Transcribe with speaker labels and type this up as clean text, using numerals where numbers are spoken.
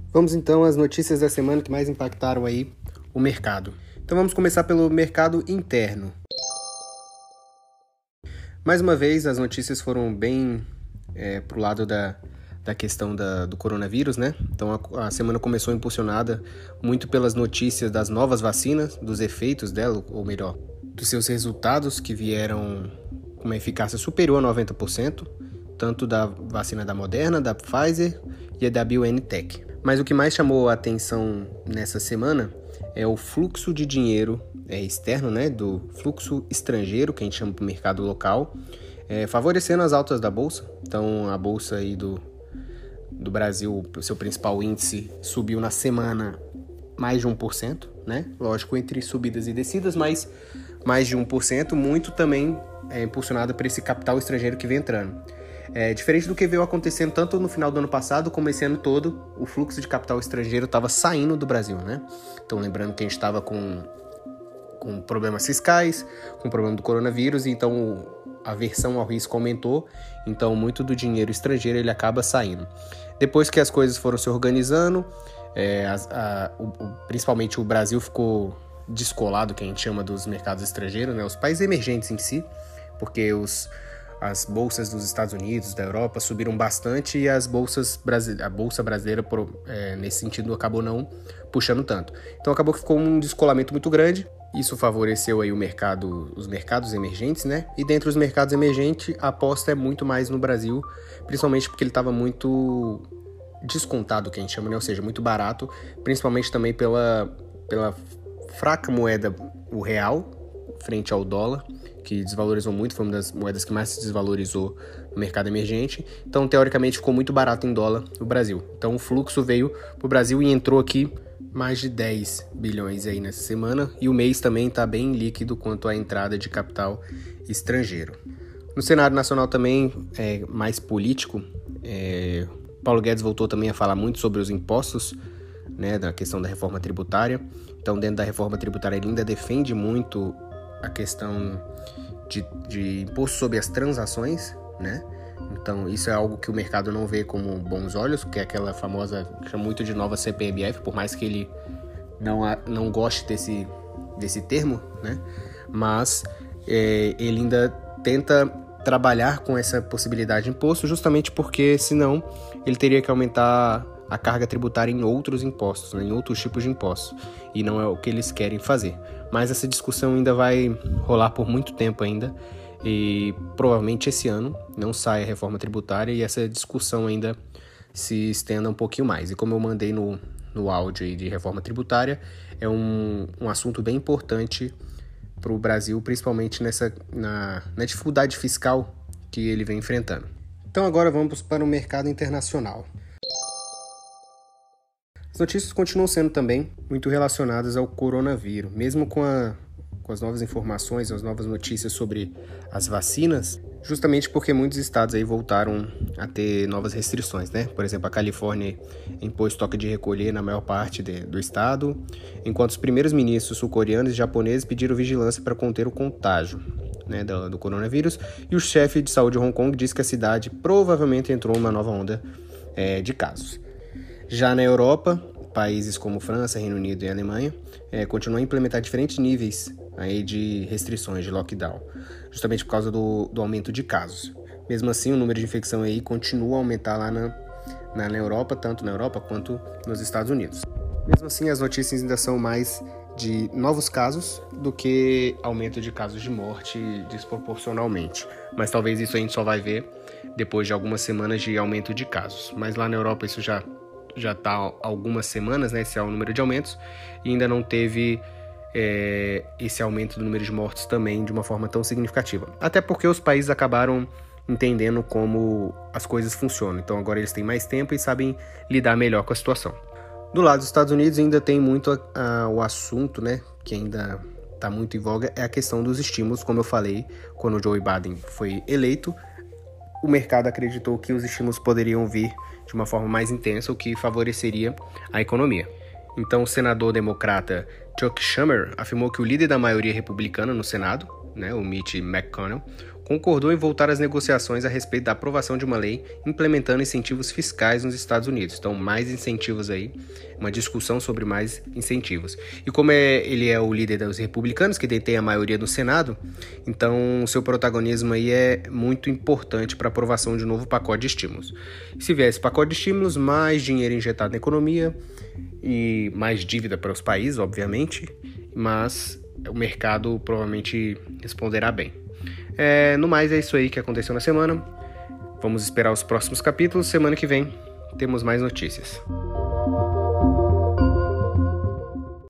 Speaker 1: Vamos então às notícias da semana que mais impactaram aí o mercado. Então vamos começar pelo mercado interno. Mais uma vez, as notícias foram bem pro lado da questão do coronavírus, né? Então a semana começou impulsionada muito pelas notícias das novas vacinas, dos efeitos dela, ou melhor, dos seus resultados que vieram com uma eficácia superior a 90%, tanto da vacina da Moderna, da Pfizer e a da BioNTech. Mas o que mais chamou a atenção nessa semana é o fluxo de dinheiro externo, né, do fluxo estrangeiro, que a gente chama para o mercado local, favorecendo as altas da Bolsa. Então, a Bolsa aí do Brasil, o seu principal índice, subiu na semana mais de 1%, né? Lógico, entre subidas e descidas, mas mais de 1%, muito também impulsionado por esse capital estrangeiro que vem entrando. Diferente do que veio acontecendo tanto no final do ano passado como esse ano todo, o fluxo de capital estrangeiro estava saindo do Brasil, né? Então, lembrando que a gente estava com problemas fiscais, com o problema do coronavírus, então a aversão ao risco aumentou, então muito do dinheiro estrangeiro ele acaba saindo. Depois que as coisas foram se organizando, principalmente o Brasil ficou descolado, que a gente chama dos mercados estrangeiros, né? Os países emergentes em si, porque as bolsas dos Estados Unidos, da Europa, subiram bastante e a bolsa brasileira, nesse sentido, acabou não puxando tanto. Então acabou que ficou um descolamento muito grande. Isso favoreceu aí os mercados emergentes, né? E dentre os mercados emergentes, a aposta é muito mais no Brasil, principalmente porque ele estava muito descontado, que a gente chama, né? Ou seja, muito barato, principalmente também pela fraca moeda, o real, frente ao dólar, que desvalorizou muito, foi uma das moedas que mais se desvalorizou no mercado emergente. Então, teoricamente, ficou muito barato em dólar o Brasil. Então, o fluxo veio para o Brasil e entrou aqui mais de 10 bilhões aí nessa semana. E o mês também está bem líquido quanto à entrada de capital estrangeiro. No cenário nacional também, mais político, Paulo Guedes voltou também a falar muito sobre os impostos, né, da questão da reforma tributária. Então, dentro da reforma tributária, ele ainda defende muito a questão de imposto sobre as transações, né? Então, isso é algo que o mercado não vê como bons olhos, que é aquela famosa, que chama muito de nova CPMF, por mais que ele não goste desse termo, né? Mas ele ainda tenta trabalhar com essa possibilidade de imposto, justamente porque, senão, ele teria que aumentar a carga tributária em outros impostos, né, em outros tipos de impostos, e não é o que eles querem fazer. Mas essa discussão ainda vai rolar por muito tempo ainda, e provavelmente esse ano não sai a reforma tributária e essa discussão ainda se estenda um pouquinho mais. E como eu mandei no áudio aí de reforma tributária, é um assunto bem importante para o Brasil, principalmente na dificuldade fiscal que ele vem enfrentando. Então agora vamos para o mercado internacional. As notícias continuam sendo também muito relacionadas ao coronavírus, mesmo com as novas informações, as novas notícias sobre as vacinas, justamente porque muitos estados aí voltaram a ter novas restrições, né? Por exemplo, a Califórnia impôs toque de recolher na maior parte do estado, enquanto os primeiros ministros sul-coreanos e japoneses pediram vigilância para conter o contágio, né, do coronavírus, e o chefe de saúde de Hong Kong disse que a cidade provavelmente entrou em uma nova onda de casos. Já na Europa, países como França, Reino Unido e Alemanha continuam a implementar diferentes níveis aí de restrições, de lockdown, justamente por causa do aumento de casos. Mesmo assim, o número de infecção aí continua a aumentar lá na Europa, tanto na Europa quanto nos Estados Unidos. Mesmo assim, as notícias ainda são mais de novos casos do que aumento de casos de morte desproporcionalmente. Mas talvez isso a gente só vai ver depois de algumas semanas de aumento de casos. Mas lá na Europa isso já está há algumas semanas, né? Esse é o número de aumentos, e ainda não teve esse aumento do número de mortes também de uma forma tão significativa. Até porque os países acabaram entendendo como as coisas funcionam. Então agora eles têm mais tempo e sabem lidar melhor com a situação. Do lado dos Estados Unidos ainda tem muito o assunto, né, que ainda está muito em voga, é a questão dos estímulos. Como eu falei, quando o Joe Biden foi eleito, o mercado acreditou que os estímulos poderiam vir de uma forma mais intensa, o que favoreceria a economia. Então, o senador democrata Chuck Schumer afirmou que o líder da maioria republicana no Senado, né, o Mitch McConnell, concordou em voltar às negociações a respeito da aprovação de uma lei implementando incentivos fiscais nos Estados Unidos. Então, mais incentivos aí, uma discussão sobre mais incentivos. E como ele é o líder dos republicanos, que detém a maioria no Senado, então o seu protagonismo aí é muito importante para a aprovação de um novo pacote de estímulos. Se vier esse pacote de estímulos, mais dinheiro injetado na economia e mais dívida para os países, obviamente, mas o mercado provavelmente responderá bem. No mais, é isso aí que aconteceu na semana. Vamos esperar os próximos capítulos. Semana que vem temos mais notícias.